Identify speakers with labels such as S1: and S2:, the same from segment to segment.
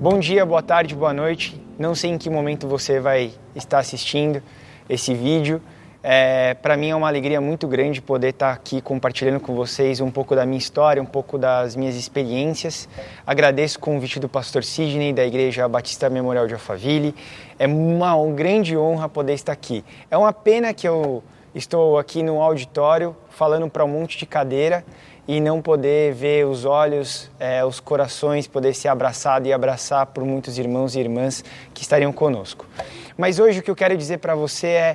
S1: Bom dia, boa tarde, boa noite. Não sei em que momento você vai estar assistindo esse vídeo. Para mim é uma alegria muito grande poder estar aqui compartilhando com vocês um pouco da minha história, um pouco das minhas experiências. Agradeço o convite do pastor Sidney, da Igreja Batista Memorial de Alphaville. É uma grande honra poder estar aqui. É uma pena que eu estou aqui no auditório falando para um monte de cadeira e não poder ver os olhos, os corações, poder ser abraçado e abraçar por muitos irmãos e irmãs que estariam conosco. Mas hoje o que eu quero dizer para você é: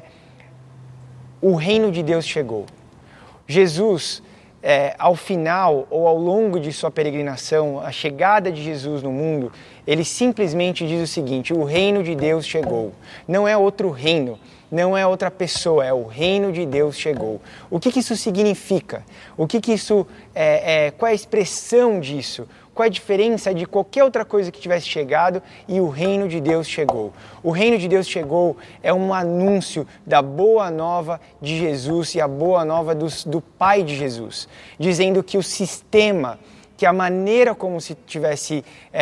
S1: o reino de Deus chegou. Jesus, ao final ou ao longo de sua peregrinação, a chegada de Jesus no mundo, ele simplesmente diz o seguinte: o reino de Deus chegou. Não é outro reino, não é outra pessoa, é o reino de Deus chegou. O que isso significa? O que isso qual é a expressão disso? Qual é a diferença de qualquer outra coisa que tivesse chegado e o reino de Deus chegou? O reino de Deus chegou é um anúncio da boa nova de Jesus e a boa nova do Pai de Jesus, dizendo que o sistema, que a maneira como se tivesse,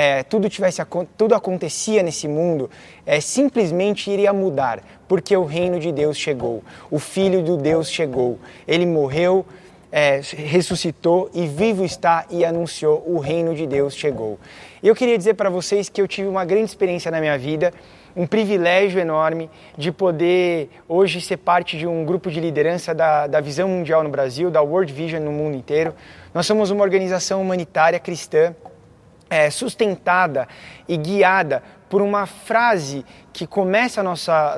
S1: tudo acontecia nesse mundo, simplesmente iria mudar, porque o reino de Deus chegou, o Filho de Deus chegou, ele morreu, ressuscitou e vivo está e anunciou: o reino de Deus chegou. Eu queria dizer para vocês que eu tive uma grande experiência na minha vida, um privilégio enorme de poder hoje ser parte de um grupo de liderança da Visão Mundial no Brasil, da World Vision no mundo inteiro. Nós somos uma organização humanitária cristã, sustentada e guiada por uma frase que começa a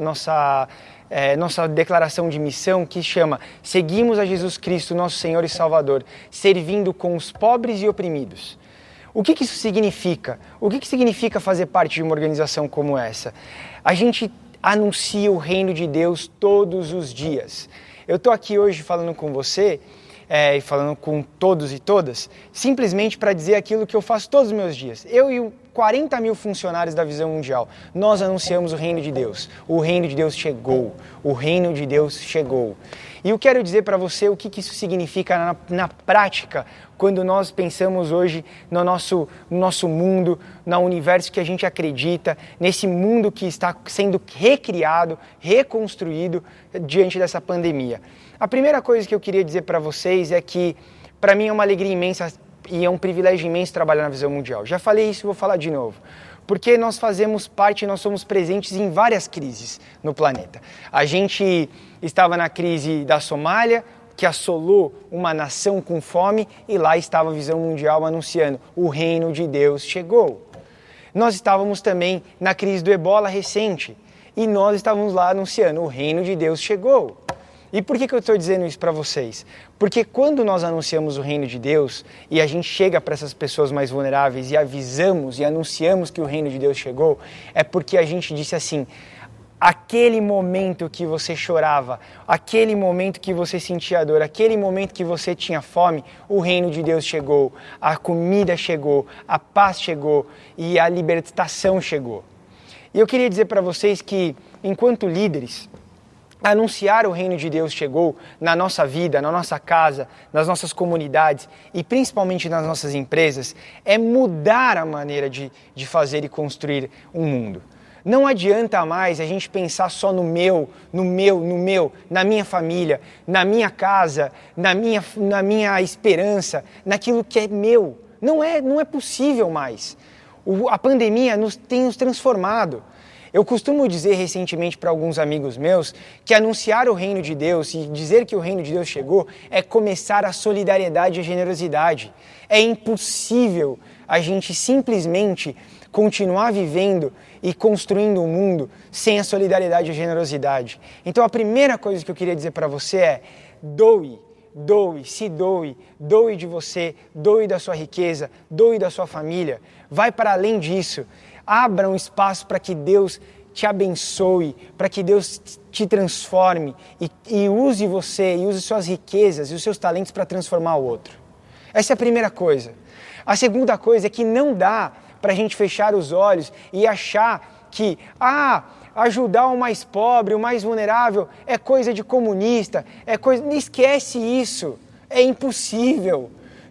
S1: nossa declaração de missão, que chama: seguimos a Jesus Cristo, nosso Senhor e Salvador, servindo com os pobres e oprimidos. O que isso significa? O que significa fazer parte de uma organização como essa? A gente anuncia o reino de Deus todos os dias. Eu estou aqui hoje falando com você, e falando com todos e todas, simplesmente para dizer aquilo que eu faço todos os meus dias. Eu e 40 mil funcionários da Visão Mundial, nós anunciamos o reino de Deus. O reino de Deus chegou. O reino de Deus chegou. E eu quero dizer para você o que isso significa na prática, quando nós pensamos hoje no nosso mundo, no universo que a gente acredita, nesse mundo que está sendo recriado, reconstruído diante dessa pandemia. A primeira coisa que eu queria dizer para vocês é que, para mim, é uma alegria imensa e é um privilégio imenso trabalhar na Visão Mundial. Já falei isso e vou falar de novo. Porque nós fazemos parte, nós somos presentes em várias crises no planeta. A gente estava na crise da Somália, que assolou uma nação com fome, e lá estava a Visão Mundial anunciando: o reino de Deus chegou. Nós estávamos também na crise do Ebola recente, e nós estávamos lá anunciando: o reino de Deus chegou. E por que eu estou dizendo isso para vocês? Porque quando nós anunciamos o reino de Deus e a gente chega para essas pessoas mais vulneráveis e avisamos e anunciamos que o reino de Deus chegou, é porque a gente disse assim: aquele momento que você chorava, aquele momento que você sentia dor, aquele momento que você tinha fome, o reino de Deus chegou, a comida chegou, a paz chegou e a libertação chegou. E eu queria dizer para vocês que, enquanto líderes, anunciar o reino de Deus chegou na nossa vida, na nossa casa, nas nossas comunidades e principalmente nas nossas empresas, é mudar a maneira de fazer e construir um mundo. Não adianta mais a gente pensar só no meu, na minha família, na minha casa, na minha esperança, naquilo que é meu. Não é possível mais. A pandemia tem nos transformado. Eu costumo dizer recentemente para alguns amigos meus que anunciar o reino de Deus e dizer que o reino de Deus chegou é começar a solidariedade e a generosidade. É impossível a gente simplesmente continuar vivendo e construindo um mundo sem a solidariedade e a generosidade. Então a primeira coisa que eu queria dizer para você é: doe de você, doe da sua riqueza, doe da sua família. Vai para além disso. Abra um espaço para que Deus te abençoe, para que Deus te transforme e use você, e use suas riquezas e os seus talentos para transformar o outro. Essa é a primeira coisa. A segunda coisa é que não dá para a gente fechar os olhos e achar que ajudar o mais pobre, o mais vulnerável é coisa de comunista, esquece isso, é impossível.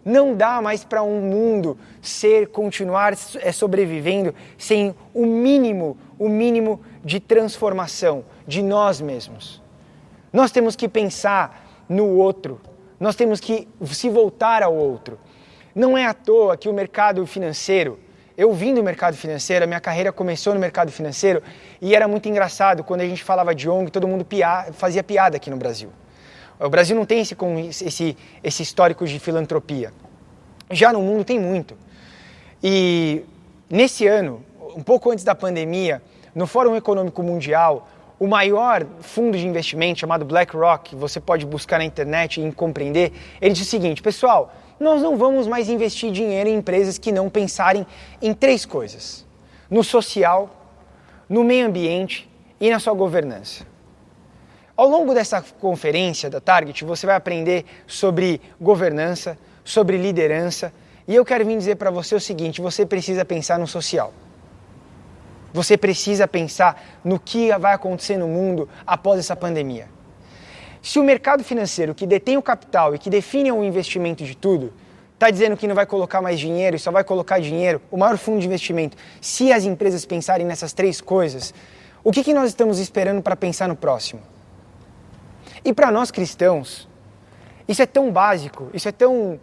S1: Não dá mais para um mundo continuar sobrevivendo sem o mínimo de transformação de nós mesmos. Nós temos que pensar no outro, nós temos que se voltar ao outro. Não é à toa que o mercado financeiro, eu vim do mercado financeiro, a minha carreira começou no mercado financeiro e era muito engraçado quando a gente falava de ONG, todo mundo fazia piada aqui no Brasil. O Brasil não tem esse histórico de filantropia. Já no mundo tem muito. E nesse ano, um pouco antes da pandemia, no Fórum Econômico Mundial, o maior fundo de investimento chamado BlackRock, você pode buscar na internet e compreender, ele disse o seguinte: pessoal, nós não vamos mais investir dinheiro em empresas que não pensarem em 3 coisas: no social, no meio ambiente e na sua governança. Ao longo dessa conferência da Target, você vai aprender sobre governança, sobre liderança, e eu quero vir dizer para você o seguinte: você precisa pensar no social. Você precisa pensar no que vai acontecer no mundo após essa pandemia. Se o mercado financeiro, que detém o capital e que define o investimento de tudo, está dizendo que não vai colocar mais dinheiro e só vai colocar dinheiro, o maior fundo de investimento, se as empresas pensarem nessas 3 coisas, o que nós estamos esperando para pensar no próximo? E para nós cristãos, isso é tão básico, isso é tão,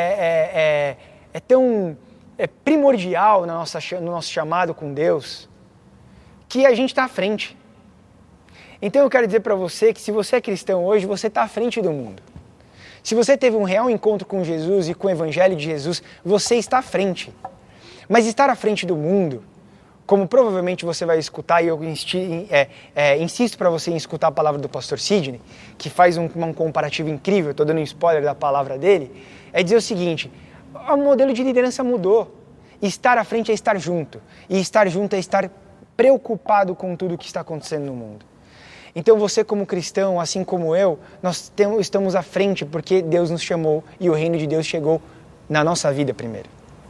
S1: primordial no nosso chamado com Deus, que a gente está à frente. Então eu quero dizer para você que se você é cristão hoje, você está à frente do mundo. Se você teve um real encontro com Jesus e com o Evangelho de Jesus, você está à frente. Mas estar à frente do mundo, como provavelmente você vai escutar, e eu insisto para você em escutar a palavra do pastor Sidney, que faz um comparativo incrível, estou dando um spoiler da palavra dele, é dizer o seguinte: o modelo de liderança mudou. Estar à frente é estar junto. E estar junto é estar preocupado com tudo o que está acontecendo no mundo. Então você como cristão, assim como eu, nós estamos à frente porque Deus nos chamou e o reino de Deus chegou na nossa vida primeiro.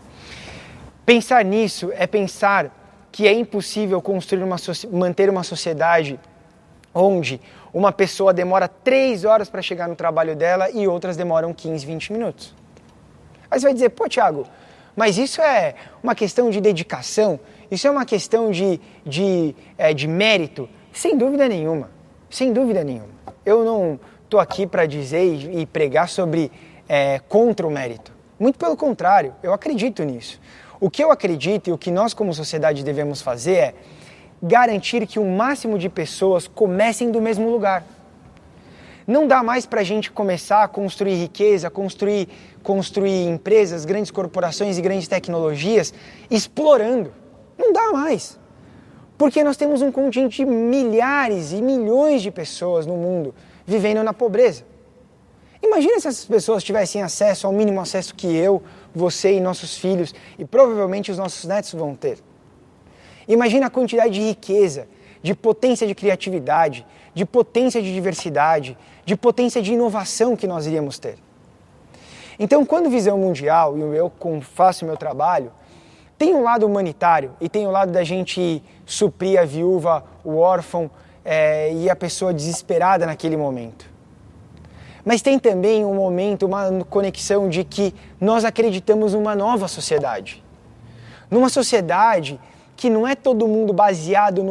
S1: Pensar nisso é pensar que é impossível manter uma sociedade onde uma pessoa demora 3 horas para chegar no trabalho dela e outras demoram 15, 20 minutos. Aí você vai dizer: pô, Thiago, mas isso é uma questão de dedicação, isso é uma questão de mérito. Sem dúvida nenhuma, sem dúvida nenhuma. Eu não estou aqui para dizer e pregar sobre contra o mérito. Muito pelo contrário, eu acredito nisso. O que eu acredito e o que nós como sociedade devemos fazer é garantir que o máximo de pessoas comecem do mesmo lugar. Não dá mais para a gente começar a construir riqueza, construir empresas, grandes corporações e grandes tecnologias explorando. Não dá mais. Porque nós temos um contingente de milhares e milhões de pessoas no mundo vivendo na pobreza. Imagina se essas pessoas tivessem acesso ao mínimo acesso que eu, você e nossos filhos, e provavelmente os nossos netos vão ter. Imagina a quantidade de riqueza, de potência de criatividade, de potência de diversidade, de potência de inovação que nós iríamos ter. Então, quando Visão Mundial, e eu faço o meu trabalho, tem um lado humanitário e tem o lado da gente suprir a viúva, o órfão e a pessoa desesperada naquele momento. Mas tem também um momento, uma conexão de que nós acreditamos numa nova sociedade. Numa sociedade que não é todo mundo baseado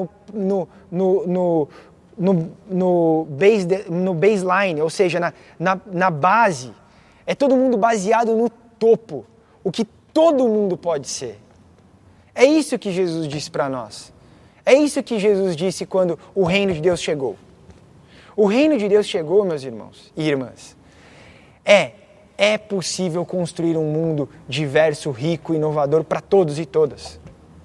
S1: no baseline, ou seja, na base. É todo mundo baseado no topo, o que todo mundo pode ser. É isso que Jesus disse para nós. É isso que Jesus disse quando o reino de Deus chegou. O reino de Deus chegou, meus irmãos e irmãs. É possível construir um mundo diverso, rico, inovador para todos e todas.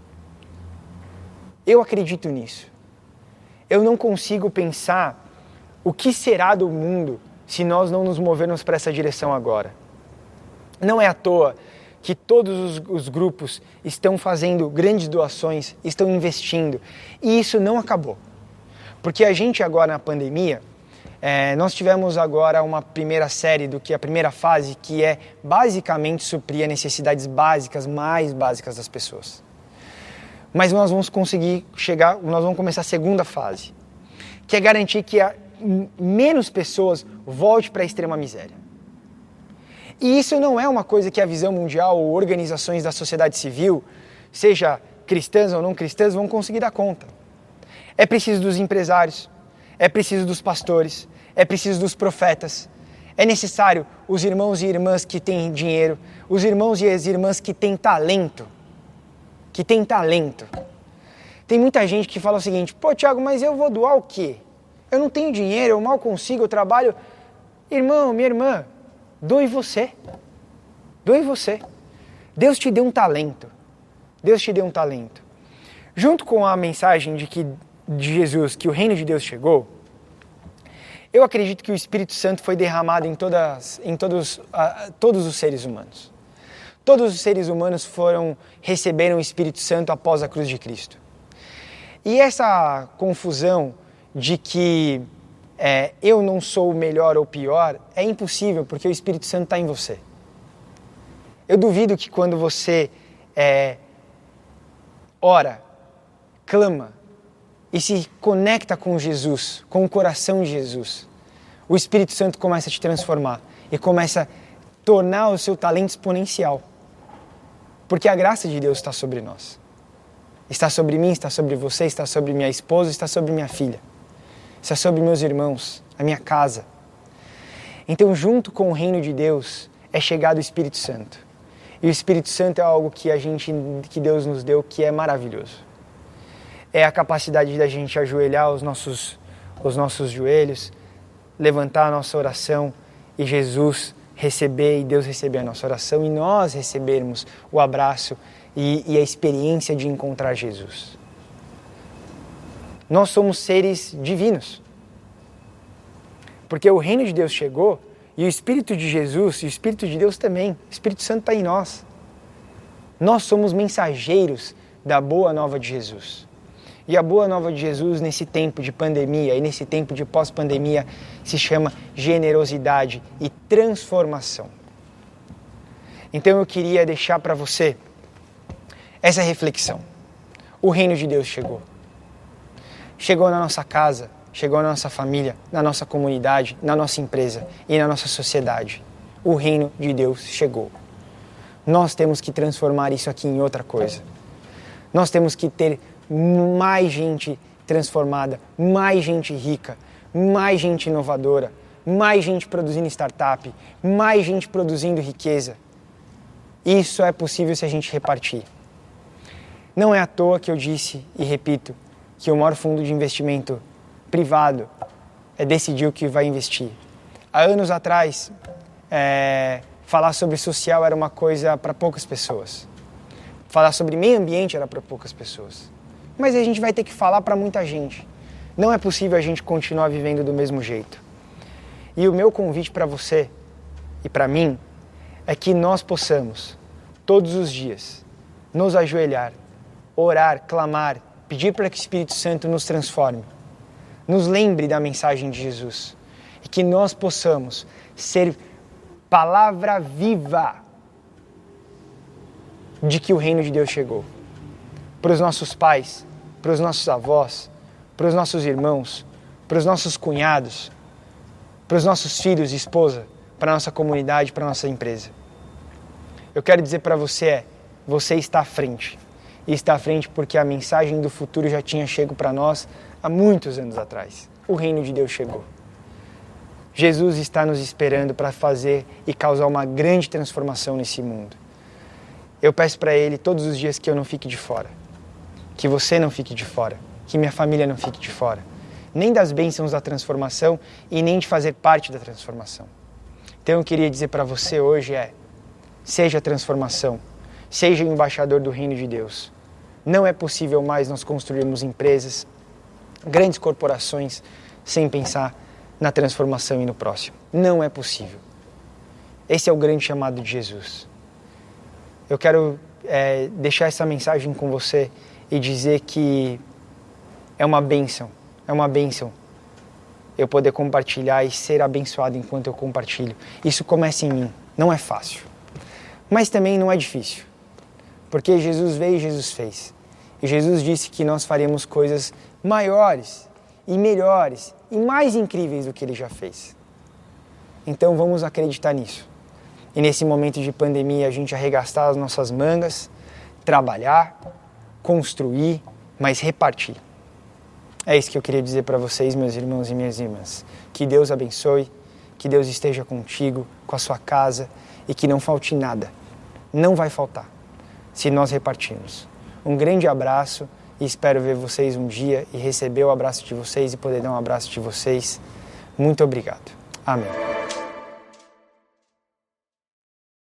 S1: Eu acredito nisso. Eu não consigo pensar o que será do mundo se nós não nos movermos para essa direção agora. Não é à toa que todos os grupos estão fazendo grandes doações, estão investindo. E isso não acabou. Porque a gente agora na pandemia, nós tivemos agora uma primeira série a primeira fase, que é basicamente suprir as necessidades básicas, mais básicas das pessoas. Mas nós vamos nós vamos começar a segunda fase, que é garantir que menos pessoas voltem para a extrema miséria. E isso não é uma coisa que a visão mundial ou organizações da sociedade civil, seja cristãs ou não cristãs, vão conseguir dar conta. É preciso dos empresários, é preciso dos pastores, é preciso dos profetas, é necessário os irmãos e irmãs que têm dinheiro, os irmãos e as irmãs que têm talento. Tem muita gente que fala o seguinte: pô, Thiago, mas eu vou doar o quê? Eu não tenho dinheiro, eu mal consigo, eu trabalho. Irmão, minha irmã, doe você. Doe você. Deus te deu um talento. Deus te deu um talento. Junto com a mensagem de Jesus que o reino de Deus chegou, eu acredito que o Espírito Santo foi derramado em todos os seres humanos. Todos os seres humanos receberam o Espírito Santo após a cruz de Cristo. E essa confusão de que eu não sou o melhor ou pior é impossível, porque o Espírito Santo está em você. Eu duvido que quando você ora, clama e se conecta com Jesus, com o coração de Jesus, o Espírito Santo começa a te transformar e começa a tornar o seu talento exponencial. Porque a graça de Deus está sobre nós. Está sobre mim, está sobre você, está sobre minha esposa, está sobre minha filha. Está sobre meus irmãos, a minha casa. Então, junto com o reino de Deus, é chegado o Espírito Santo. E o Espírito Santo é algo que Deus nos deu, que é maravilhoso. É a capacidade da gente ajoelhar os nossos joelhos, levantar a nossa oração e Jesus receber e Deus receber a nossa oração e nós recebermos o abraço e a experiência de encontrar Jesus. Nós somos seres divinos. Porque o reino de Deus chegou e o Espírito de Jesus e o Espírito de Deus também. O Espírito Santo está em nós. Nós somos mensageiros da boa nova de Jesus. E a boa nova de Jesus nesse tempo de pandemia e nesse tempo de pós-pandemia se chama generosidade e transformação. Então eu queria deixar para você essa reflexão. O reino de Deus chegou. Chegou na nossa casa, chegou na nossa família, na nossa comunidade, na nossa empresa e na nossa sociedade. O reino de Deus chegou. Nós temos que transformar isso aqui em outra coisa. Nós temos que ter mais gente transformada, mais gente rica, mais gente inovadora, mais gente produzindo startup, mais gente produzindo riqueza. Isso é possível se a gente repartir. Não é à toa que eu disse e repito que o maior fundo de investimento privado decidiu que vai investir. Há anos atrás, falar sobre social era uma coisa para poucas pessoas. Falar sobre meio ambiente era para poucas pessoas. Mas a gente vai ter que falar para muita gente. Não é possível a gente continuar vivendo do mesmo jeito. E o meu convite para você e para mim é que nós possamos, todos os dias, nos ajoelhar, orar, clamar, pedir para que o Espírito Santo nos transforme, nos lembre da mensagem de Jesus e que nós possamos ser palavra viva de que o reino de Deus chegou. Para os nossos pais, para os nossos avós, para os nossos irmãos, para os nossos cunhados, para os nossos filhos e esposa, para a nossa comunidade, para a nossa empresa. Eu quero dizer para você, você está à frente. E está à frente porque a mensagem do futuro já tinha chegado para nós há muitos anos atrás. O reino de Deus chegou. Jesus está nos esperando para fazer e causar uma grande transformação nesse mundo. Eu peço para Ele todos os dias que eu não fique de fora. Que você não fique de fora. Que minha família não fique de fora. Nem das bênçãos da transformação e nem de fazer parte da transformação. Então eu queria dizer para você hoje seja a transformação. Seja o embaixador do reino de Deus. Não é possível mais nós construirmos empresas, grandes corporações, sem pensar na transformação e no próximo. Não é possível. Esse é o grande chamado de Jesus. Eu quero deixar essa mensagem com você e dizer que é uma bênção eu poder compartilhar e ser abençoado enquanto eu compartilho. Isso começa em mim, não é fácil, mas também não é difícil, porque Jesus veio e Jesus fez. E Jesus disse que nós faremos coisas maiores e melhores e mais incríveis do que Ele já fez. Então vamos acreditar nisso. e nesse momento de pandemia a gente arregaçar as nossas mangas, trabalhar, construir, mas repartir. É isso que eu queria dizer para vocês, meus irmãos e minhas irmãs. Que Deus abençoe, que Deus esteja contigo, com a sua casa e que não falte nada. Não vai faltar, se nós repartirmos. Um grande abraço e espero ver vocês um dia e receber o abraço de vocês e poder dar um abraço de vocês. Muito obrigado. Amém.